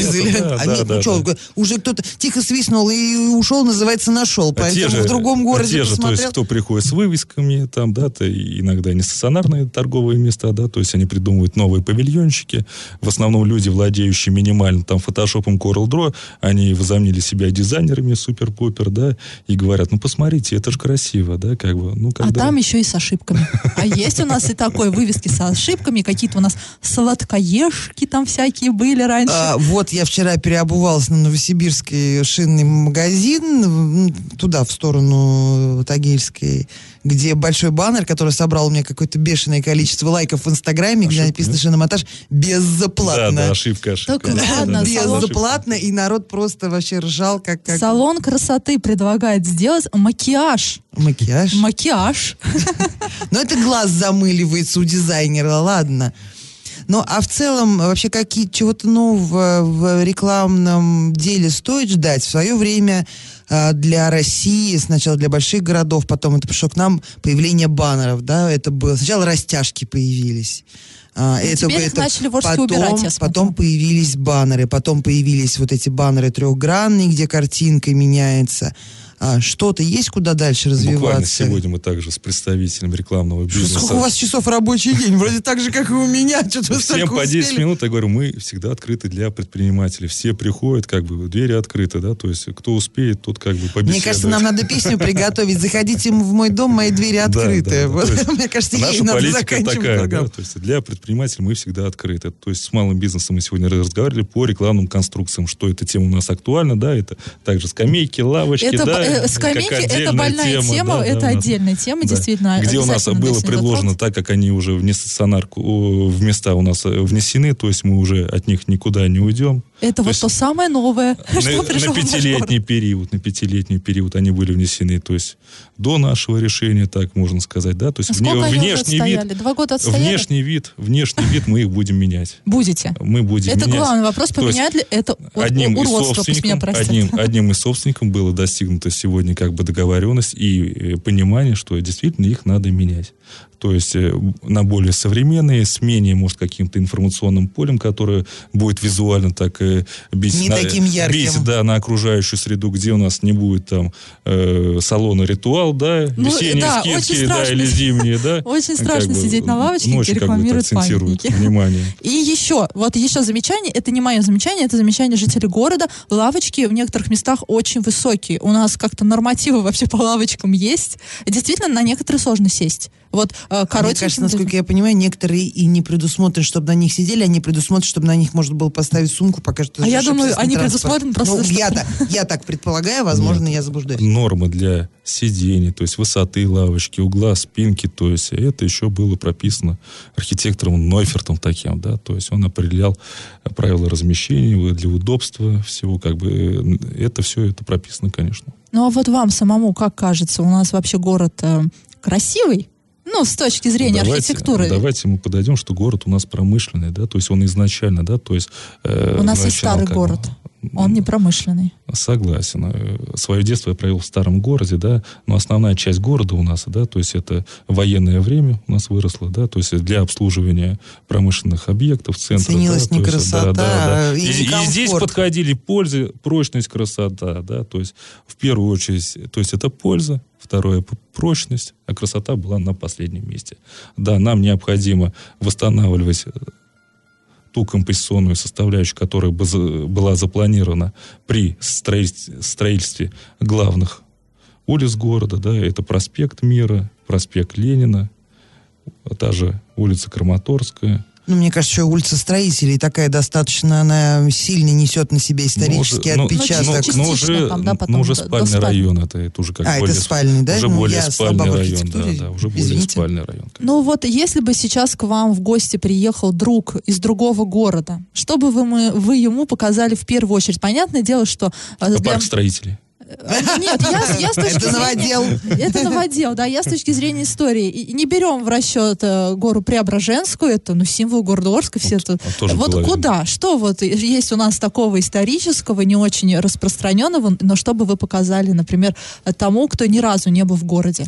Подрезали. Уже кто-то тихо свистнул и ушел, называется, нашел, поэтому в другом городе посмотрел. То есть кто приходит с вывесками, там, да, то иногда не стационарные торговые места, да, то есть они придумывают новые павильончики. В основном люди, владеющие минимально там фотошопом Corel Draw, они возомнили себя дизайнерами супер-пупер, да, и говорят, ну, посмотрите, это же красиво, да, как бы, ну, когда... А там еще и с ошибками. А есть у нас и такой вывески с ошибками, какие-то у нас сладкоежки там всякие были раньше. Вот я вчера переобувалась на Новосибирский шинный магазин, туда, в сторону Тагильской, где большой баннер, который собрал у меня какое-то бешеное количество лайков в Инстаграме, где написано «Шиномонтаж безоплатно». Да, ошибка. Так, ладно, безоплатно, и народ просто вообще ржал, как... Салон красоты предлагает сделать макияж. Макияж. Ну, это глаз замыливается у дизайнера, ладно. Ну, а в целом, вообще, чего-то нового в рекламном деле стоит ждать? В свое время для России, сначала для больших городов, потом это пришло к нам появление баннеров, да, это было, сначала растяжки появились. Теперь их начали в Орске убирать, я смотрю. Потом появились баннеры, потом появились вот эти баннеры трехгранные, где картинка меняется. Что-то есть, куда дальше развиваться? Буквально сегодня мы также с представителем рекламного бизнеса. Сколько у вас часов рабочий день? Вроде так же, как и у меня. Всем по 10 минут, я говорю, мы всегда открыты для предпринимателей. Все приходят, как бы, двери открыты, да, то есть кто успеет, тот как бы побеседует. Мне кажется, нам надо песню приготовить. Заходите в мой дом, мои двери открыты. Мне кажется, ей надо заканчивать программу. То есть для предпринимателей мы всегда открыты. То есть с малым бизнесом мы сегодня разговаривали по рекламным конструкциям, что эта тема у нас актуальна, да, это также скамейки, лавочки, да. Скамейки — это больная тема, да, это отдельная тема, да. действительно. Где у нас было предложено, так как они уже в стационарку, в места у нас внесены, то есть мы уже от них никуда не уйдем. Это вот то самое новое, что пришло в наш город. На пятилетний период они были внесены, то есть до нашего решения, так можно сказать, да, то есть внешний вид, 2 года отстояли? Внешний вид мы их будем менять. Будете? Мы будем это менять. Главный вопрос, поменяют ли это уродство, пусть меня простят. Одним из собственников было достигнуто сегодня как бы договоренность и понимание, что действительно их надо менять. То есть на более современные, с менее, может, каким-то информационным полем, которое будет визуально так бить на окружающую среду, где у нас не будет там салона «Ритуал», да, весенние скидки, да, или зимние, да. Очень страшно сидеть на лавочке, где рекламируют памятники. И еще замечание, это не мое замечание, это замечание жителей города. Лавочки в некоторых местах очень высокие. У нас как-то нормативы вообще по лавочкам есть. Действительно, на некоторые сложно сесть. Вот короче. Мне кажется, насколько я понимаю, некоторые и не предусмотрены, чтобы на них сидели, они предусмотрены, чтобы на них можно было поставить сумку, пока что. Я думаю, они предусмотрены просто. Я так предполагаю, возможно, я заблуждаюсь. Нормы для сидений, то есть высоты лавочки, угла, спинки, то есть это еще было прописано архитектором Нойфертом таким, да, то есть он определял правила размещения для удобства всего, как бы это все это прописано, конечно. Ну а вот вам самому как кажется, у нас вообще город красивый? Ну, с точки зрения архитектуры. Давайте мы подойдем, что город у нас промышленный, да, то есть он изначально, да, то есть... у нас и старый город, он не промышленный. Согласен. Свое детство я провел в старом городе, да, но основная часть города у нас, да, то есть это военное время у нас выросло, да, то есть для обслуживания промышленных объектов, центров. Ценилась не красота, и здесь подходили польза, прочность, красота, да, то есть в первую очередь, то есть это польза, второе — прочность, а красота была на последнем месте. Да, нам необходимо восстанавливать ту композиционную составляющую, которая была запланирована при строительстве главных улиц города, да, это проспект Мира, проспект Ленина, та же улица Краматорская. Ну, мне кажется, что улица Строителей такая достаточно, она сильно несет на себе исторический отпечаток. Уже спальный район, это уже как более... это спальный, да? Уже более спальный район, да, уже более спальный район. Ну вот, если бы сейчас к вам в гости приехал друг из другого города, что бы вы ему показали в первую очередь? Понятное дело, что... Парк Строителей. Нет, я с точки зрения... Это новодел, да, я с точки зрения истории. И не берем в расчет гору Преображенскую, это, символ города Орска, все это. Вот куда? Что вот есть у нас такого исторического, не очень распространенного, но что бы вы показали, например, тому, кто ни разу не был в городе?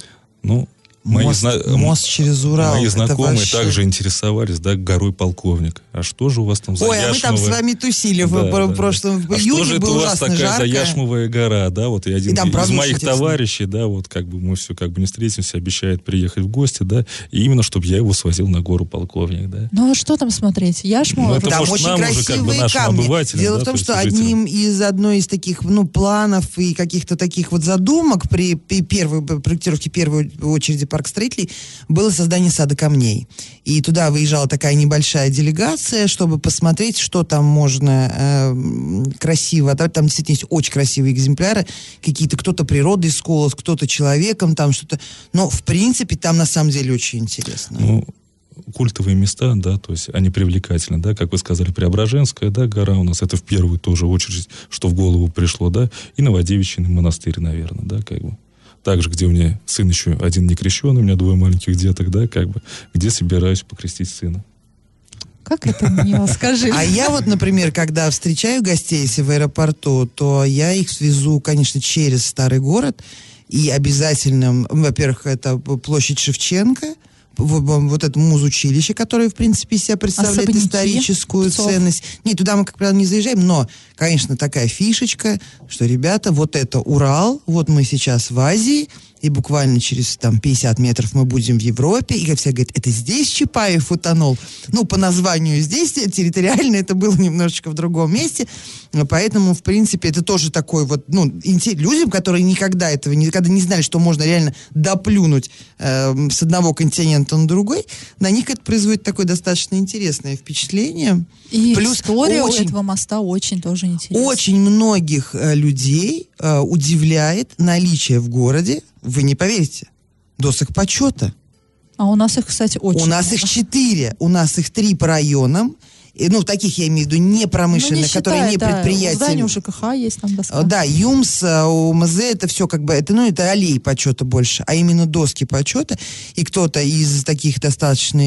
Мост через Урал. Мои знакомые также интересовались, да, горой Полковник. А что же у вас там за яшмовая... а мы там с вами тусили в прошлом июне, было ужасно жарко. А что же это у вас такая за яшмовая гора, да, вот и один из моих товарищей, да, вот как бы мы все как бы не встретимся, обещает приехать в гости, да, и именно чтобы я его свозил на гору Полковник, да. Ну а что там смотреть? Яшмовая? Там очень красивые камни. Дело в том, что одной из таких, планов и каких-то таких вот задумок при первой проектировке, в первой очереди парк Строителей, было создание сада камней. И туда выезжала такая небольшая делегация, чтобы посмотреть, что там можно красиво. Там действительно есть очень красивые экземпляры. Какие-то, кто-то природой сколот, кто-то человеком, там что-то. Но, в принципе, там на самом деле очень интересно. Культовые места, да, то есть они привлекательны, да, как вы сказали, Преображенская, да, гора у нас, это в первую тоже очередь, что в голову пришло, да, и Новодевичий монастырь, наверное, да, как бы. Также, где у меня сын еще один не крещеный, у меня 2 маленьких деток, да, как бы, где собираюсь покрестить сына. Как это мило, скажи. А я вот, например, когда встречаю гостей, если в аэропорту, то я их свезу, конечно, через старый город. И обязательно, во-первых, это площадь Шевченко, вот это музучилище, которое, в принципе, из себя представляет Особняки, историческую Пцов. ценность. Нет, туда мы, как правило, не заезжаем, но, конечно, такая фишечка, что, ребята, вот это Урал, вот мы сейчас в Азии, и буквально через там 50 метров мы будем в Европе, и все говорят, это здесь Чапаев утонул. Ну, по названию здесь, территориально это было немножечко в другом месте, поэтому, в принципе, это тоже такой вот, ну, людям, которые никогда не знали, что можно реально доплюнуть с одного континента на другой, на них это производит такое достаточно интересное впечатление. И Плюс история у этого моста очень тоже интересная. Очень многих людей удивляет наличие в городе, вы не поверите, досок почета. А у нас их, кстати, очень У нас их 4, у нас их 3 по районам. И, ну, таких я имею в виду не промышленных, которые не предприятия. Здание у ЖКХ есть там доска. Да, ЮМС, УМЗ, это все как бы, это аллеи почета больше, а именно доски почета. И кто-то из таких достаточно,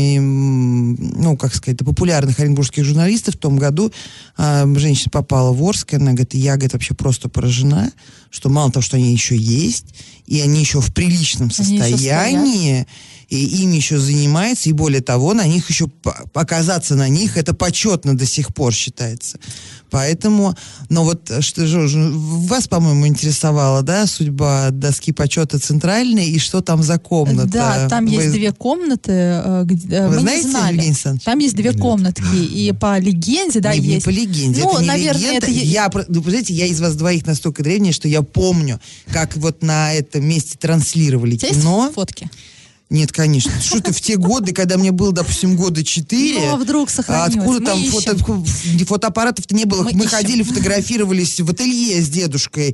ну, как сказать, популярных оренбургских журналистов в том году, женщина попала в Орск, и она говорит, я, говорит, вообще просто поражена, что мало того, что они еще есть, и они еще в приличном состоянии, и ими еще занимается, и более того, на них еще оказаться на них, это почетно до сих пор считается. Поэтому, но вот что же, вас, по-моему, интересовала, да, судьба доски почета центральной, и что там за комната? Да, там есть 2 комнаты, где вы мы знаете, не знали. Евгений Александрович? Там есть 2 комнатки, и по легенде, да, не, есть. Не по легенде, ну, это не наверное, легенда. Вы знаете, я из вас двоих настолько древняя, что я помню, как вот на этом месте транслировали кино. Есть фотки? Нет, конечно. Что-то в те годы, когда мне было, допустим, года 4. Ну, а вдруг сохранилось? Откуда там фотоаппаратов-то не было. Мы ходили, фотографировались в ателье с дедушкой.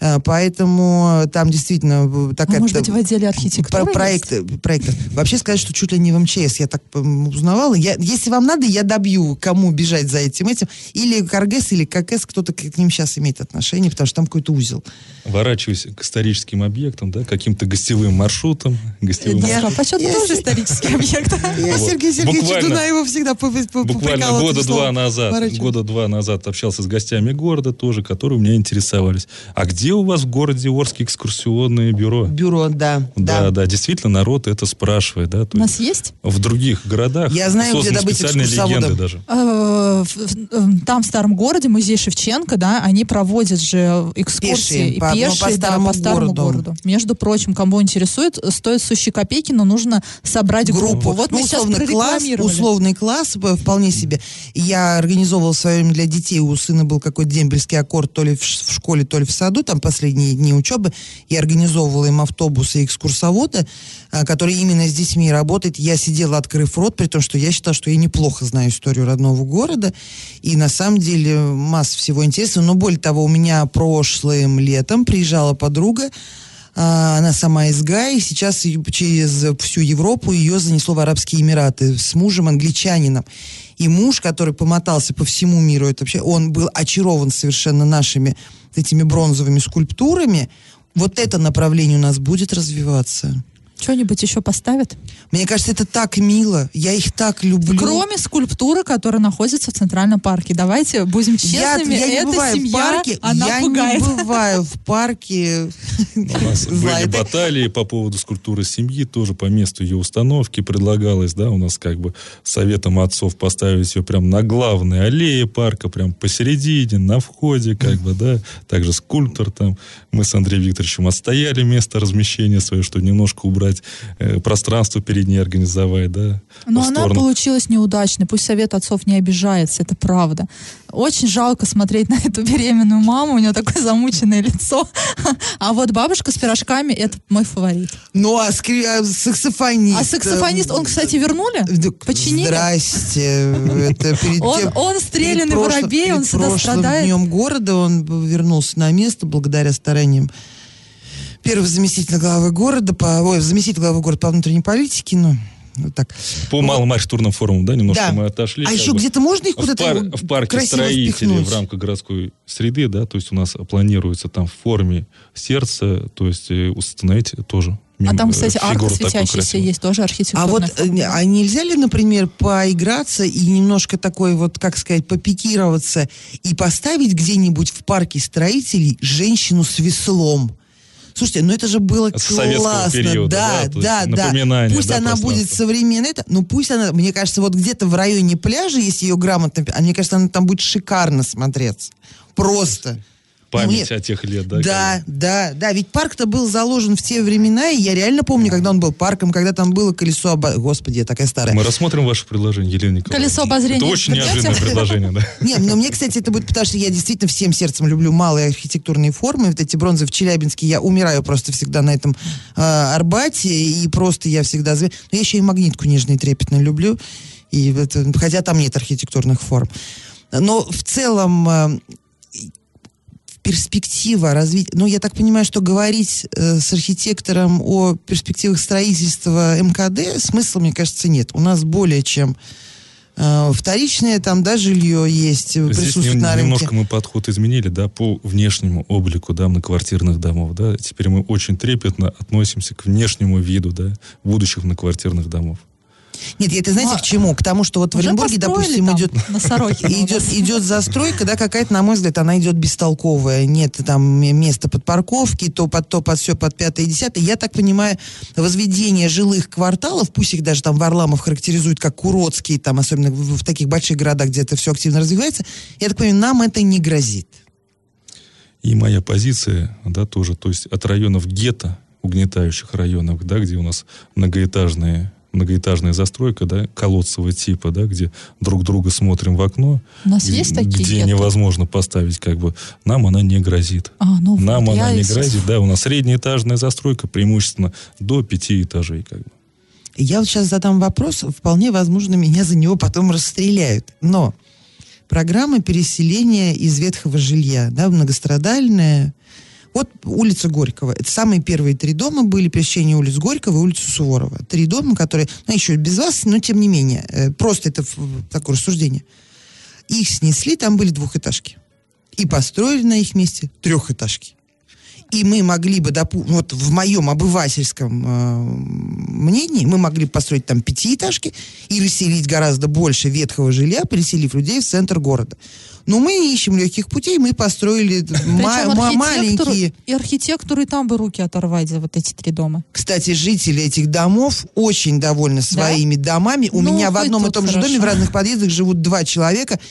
Поэтому там действительно такая... Может быть, в отделе архитектуры проекты. Вообще сказать, что чуть ли не в МЧС, я так узнавала. Если вам надо, я добью, кому бежать за этим. Или КРГС, или ККС, кто-то к ним сейчас имеет отношение, потому что там какой-то узел. Ворачиваюсь к историческим объектам, да, каким-то гостевым маршрутам. Почет тоже исторический объект. Я Сергея Сергеевича Дунаева всегда буквально года два назад общался с гостями города тоже, которые меня интересовались. А где у вас в городе Орске экскурсионное бюро? Бюро, да. Да, действительно, народ это спрашивает. Да, у нас есть? В других городах я знаю, где добыть специальные легенды даже. Там в старом городе, музей Шевченко, да, они проводят же экскурсии пешие по старому городу. Между прочим, кому интересует, стоит сущие копейки, но нужно собрать группу. Вот мы сейчас прорекламировали. Условный класс, вполне себе. Я организовывала в свое время для детей, у сына был какой-то дембельский аккорд, то ли в школе, то ли в саду, там последние дни учебы. Я организовывала им автобусы и экскурсоводы, которые именно с детьми работают. Я сидела, открыв рот, при том, что я считала, что я неплохо знаю историю родного города. И на самом деле масса всего интересного. Но более того, у меня прошлым летом приезжала подруга, она сама из Гаи, сейчас через всю Европу ее занесло в Арабские Эмираты с мужем англичанином. И муж, который помотался по всему миру, это вообще, он был очарован совершенно нашими этими бронзовыми скульптурами. Вот это направление у нас будет развиваться. Что-нибудь еще поставят? Мне кажется, это так мило. Я их так люблю. Кроме скульптуры, которая находится в Центральном парке. Давайте будем честными. Я не бываю в парке. Она пугает. Не бываю в парке. У нас были баталии по поводу скульптуры семьи. Тоже по месту ее установки предлагалось, да, у нас как бы советом отцов поставить ее прям на главной аллее парка, прям посередине, на входе, как бы, да. Также скульптор там. Мы с Андреем Викторовичем отстояли место размещения свое, что немножко убрать пространство перед ней организовать, да. Но она получилась неудачной. Пусть совет отцов не обижается, это правда. Очень жалко смотреть на эту беременную маму, у нее такое замученное лицо. А вот бабушка с пирожками — это мой фаворит. Ну, а саксофонист? А саксофонист, он, кстати, вернули? Починили? Здрасте. Он стрелянный воробей, он всегда страдает. Днем города он вернулся на место благодаря стараниям первого заместителя главы города по внутренней политике, Вот так. По малым архитектурным форумам, да, немножко Да. мы отошли. А еще где-то можно их куда-то в парке красиво строителей впихнуть? в рамках городской среды, да, то есть у нас планируется там в форме сердца, то есть установить тоже. А там, кстати, арка фигуру светящаяся красивую. есть, тоже архитектурная. А вот а нельзя ли, например, поиграться и немножко такой вот, как сказать, попикироваться и поставить где-нибудь в парке строителей женщину с веслом? Слушайте, ну это же было С советского классно. периода, Да. напоминание, Пусть да, она будет пространства. современной, но пусть она, мне кажется, вот где-то в районе пляжа, если ее грамотно, мне кажется, она там будет шикарно смотреться. Просто. Память о тех лет, да? Да, ведь парк-то был заложен в те времена, и я реально помню, когда он был парком, когда там было колесо Господи, я такая старая. Мы рассмотрим ваше предложение, Елена Николаевна. Колесо обозрения. Это очень неожиданное предложение, да? Не, но мне, кстати, это будет, потому что я действительно всем сердцем люблю малые архитектурные формы. Вот эти бронзы в Челябинске, я умираю просто всегда на этом Арбате, и просто я всегда... Но я еще и магнитку нежно и трепетно люблю, и хотя там нет архитектурных форм. Но в целом... перспектива развития... Ну, я так понимаю, что говорить с архитектором о перспективах строительства МКД смысла, мне кажется, нет. У нас более чем вторичное там, да, жилье есть, присутствует на рынке. Немножко мы подход изменили, да, по внешнему облику, да, многоквартирных домов, да. Теперь мы очень трепетно относимся к внешнему виду, да, будущих многоквартирных домов. Нет, это знаете к чему? К тому, что вот в Оренбурге, допустим, там, идет на Сорокино идет застройка, да, какая-то, на мой взгляд, она идет бестолковая. Нет там места под парковки, то под все, под 5 и 10. Я так понимаю, возведение жилых кварталов, пусть их даже там Варламов характеризует как курортские, там, особенно в таких больших городах, где это все активно развивается, я так понимаю, нам это не грозит. И моя позиция, да, тоже, то есть от районов гетто, угнетающих районов, да, где у нас многоэтажная застройка, да, колодцевого типа, да, где друг друга смотрим в окно, У нас есть такие где гетто? невозможно поставить, как бы, нам она не грозит. Ну Нам вот, она не грозит, да, у нас среднеэтажная застройка преимущественно до 5 этажей, как бы. Я вот сейчас задам вопрос, вполне возможно, меня за него потом расстреляют. Но программа переселения из ветхого жилья, да, многострадальная. Вот улица Горького. Это самые первые 3 дома были, пересечение улиц Горького и улицы Суворова. 3 дома, которые, еще без вас, но тем не менее, просто это такое рассуждение. Их снесли, там были 2-этажки. И построили на их месте 3-этажки. И мы могли бы, вот в моем обывательском мнении, мы могли бы построить там 5-этажки и расселить гораздо больше ветхого жилья, переселив людей в центр города. Но мы ищем легких путей, мы построили маленькие... И архитектуры там бы руки оторвать за вот эти 3 дома. Кстати, жители этих домов очень довольны своими домами. У меня в одном и том же доме в разных подъездах живут 2 человека.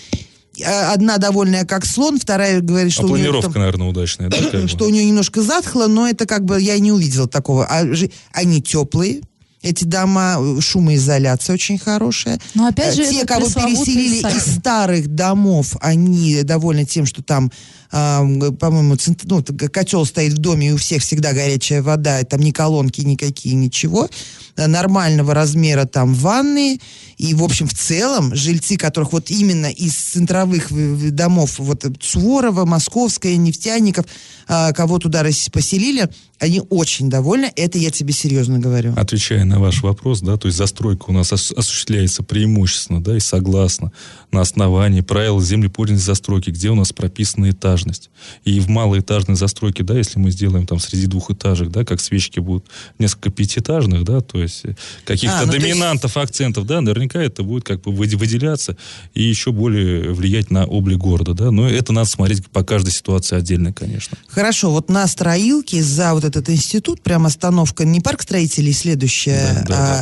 Одна довольная как слон, вторая говорит, что планировка, наверное, удачная, да? Что у нее немножко затхло, но это как бы я не увидела такого. Они теплые. Эти дома, шумоизоляция очень хорошая. Но опять же, те, кого переселили из старых домов, они довольны тем, что там, по-моему, котел стоит в доме, и у всех всегда горячая вода, там ни колонки никакие, ничего. Нормального размера там ванны. И, в общем, в целом, жильцы, которых вот именно из центровых домов, вот Суворова, Московская, Нефтяников, кого туда поселили, они очень довольны. Это я тебе серьезно говорю. Отвечая на ваш вопрос, да, то есть застройка у нас осуществляется преимущественно, да, и согласно на основании правил землепользовательной застройки, где у нас прописана этажность. И в малоэтажной застройке, да, если мы сделаем там среди 2-этажек, да, как свечки будут несколько 5-этажных, да, то есть каких-то доминантов, акцентов, да, наверняка это будет как бы выделяться и еще более влиять на облик города, да, но это надо смотреть по каждой ситуации отдельно, конечно. Хорошо, вот на Строилке за вот этот институт, прям остановка, не парк строителей, следующая,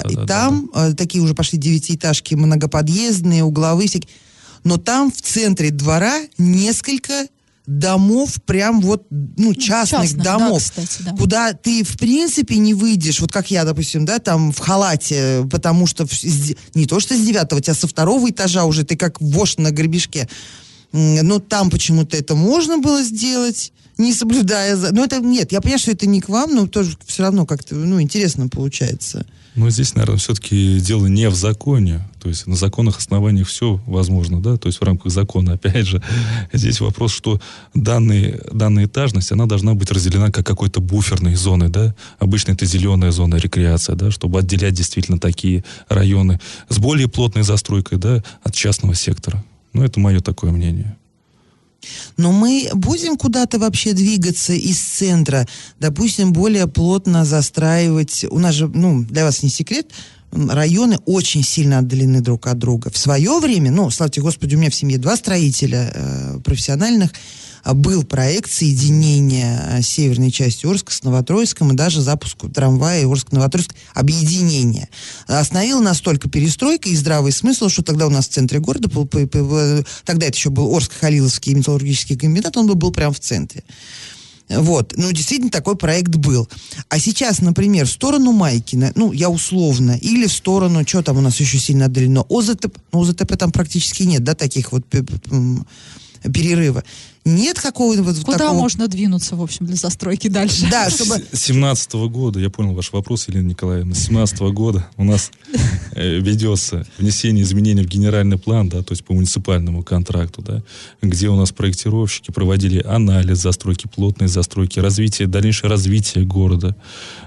там такие уже пошли 9-этажки, многоподъездные, угловые всякие, но там в центре двора несколько домов, прям вот, частных домов, да, кстати, да. Куда ты, в принципе, не выйдешь, вот как я, допустим, да, там в халате, потому что не то, что с 9-го, у тебя со 2-го этажа уже ты как вошь на гребешке. Но там почему-то это можно было сделать, не соблюдая... это нет, я понимаю, что это не к вам, но тоже все равно как-то, интересно получается. Но здесь, наверное, все-таки дело не в законе. То есть на законных основаниях все возможно, да, то есть в рамках закона, опять же. Здесь вопрос, что данная этажность, она должна быть разделена как какой-то буферной зоной, да. Обычно это зеленая зона, рекреация, да, чтобы отделять действительно такие районы с более плотной застройкой, да, от частного сектора. Ну, это мое такое мнение. Но мы будем куда-то вообще двигаться из центра, допустим, более плотно застраивать. У нас же, для вас не секрет, районы очень сильно отдалены друг от друга. В свое время, слава Господи, у меня в семье 2 строителя профессиональных, был проект соединения северной части Орска с Новотроицком и даже запуск трамвая Орск-Новотроицк, объединение. Остановила нас только перестройка и здравый смысл, что тогда у нас в центре города, тогда это еще был Орск-Халиловский металлургический комбинат, он был прямо в центре. Вот, действительно такой проект был. А сейчас, например, в сторону Майкина, я условно, или в сторону, что там у нас еще сильно отдалено, ОЗТП, ОЗТП там практически нет, да, таких вот перерыва. Нет какого-то вот куда такого... можно двинуться, в общем, для застройки дальше? Да, чтобы... С 17-го года, я понял ваш вопрос, Елена Николаевна, с 17-го года у нас ведется внесение изменений в генеральный план, да, то есть по муниципальному контракту, да, где у нас проектировщики проводили анализ застройки, плотной застройки, дальнейшее развитие города,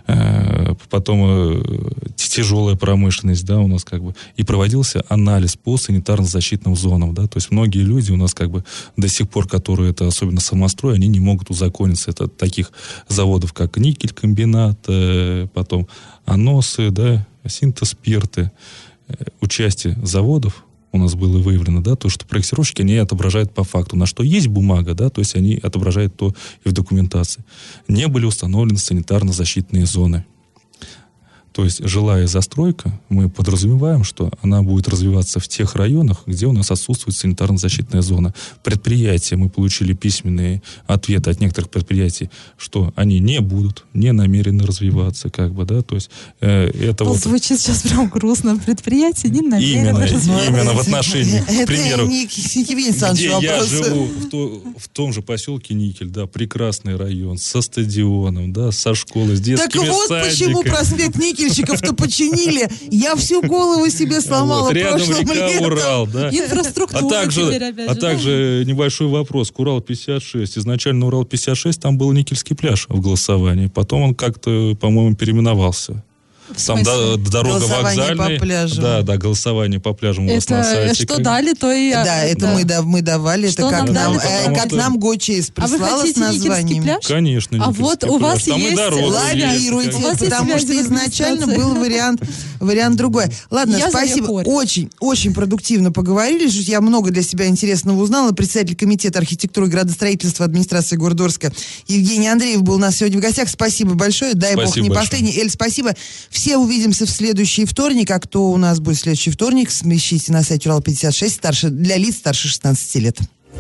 потом тяжелая промышленность, да, у нас и проводился анализ по санитарно-защитным зонам, да, то есть многие люди у нас до сих пор, которые это особенно самострой, они не могут узакониться. Это таких заводов, как никель-комбинат, потом аносы, да, синтез-спирты. Участие заводов у нас было выявлено, да, то, что проектировщики, они отображают по факту, на что есть бумага, да, то есть они отображают то и в документации. Не были установлены санитарно-защитные зоны. То есть жилая застройка, мы подразумеваем, что она будет развиваться в тех районах, где у нас отсутствует санитарно-защитная зона. Предприятия, мы получили письменные ответы от некоторых предприятий, что они не будут, не намерены развиваться, да, то есть это вот... Звучит сейчас прям грустно. Предприятие не намерено развиваться. Именно в отношении, к примеру, где я живу, в том же поселке Никель, да, прекрасный район, со стадионом, да, со школой, с детскими садиками. Так вот почему проспект Никельщиков-то починили. Я всю голову себе сломала рядом прошлым река летом. Урал, да. Инфраструктура теперь опять же. Также небольшой вопрос. К Урал-56. Изначально Урал-56, там был Никельский пляж в голосовании. Потом он как-то, по-моему, переименовался. Там дорога вокзальная. Да, голосование по пляжам у вас на сайте. Это что дали, то и... Да, это мы давали. Что это нам нам ГОЧС прислала с названием. Пляж? Конечно, а вот у вас есть... Лавируйте, потому что изначально был вариант другой. Ладно, спасибо. Очень, очень продуктивно поговорили. Я много для себя интересного узнала. Председатель комитета архитектуры и градостроительства администрации города Орска Евгений Андреев был у нас сегодня в гостях. Спасибо большое. Дай бог не последний. Эль, спасибо. Все увидимся в следующий вторник. А кто у нас будет в следующий вторник, смещите на сайте Урал56 для лиц старше 16 лет.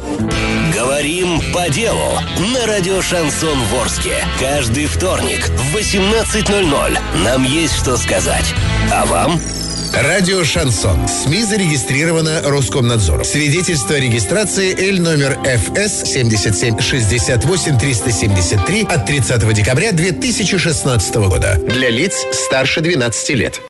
Говорим по делу на радио «Шансон Ворске». Каждый вторник в 18:00 нам есть что сказать. А вам? Радио «Шансон». СМИ зарегистрировано Роскомнадзором. Свидетельство о регистрации Л номер ФС 7768373 от 30 декабря 2016 года. Для лиц старше 12 лет.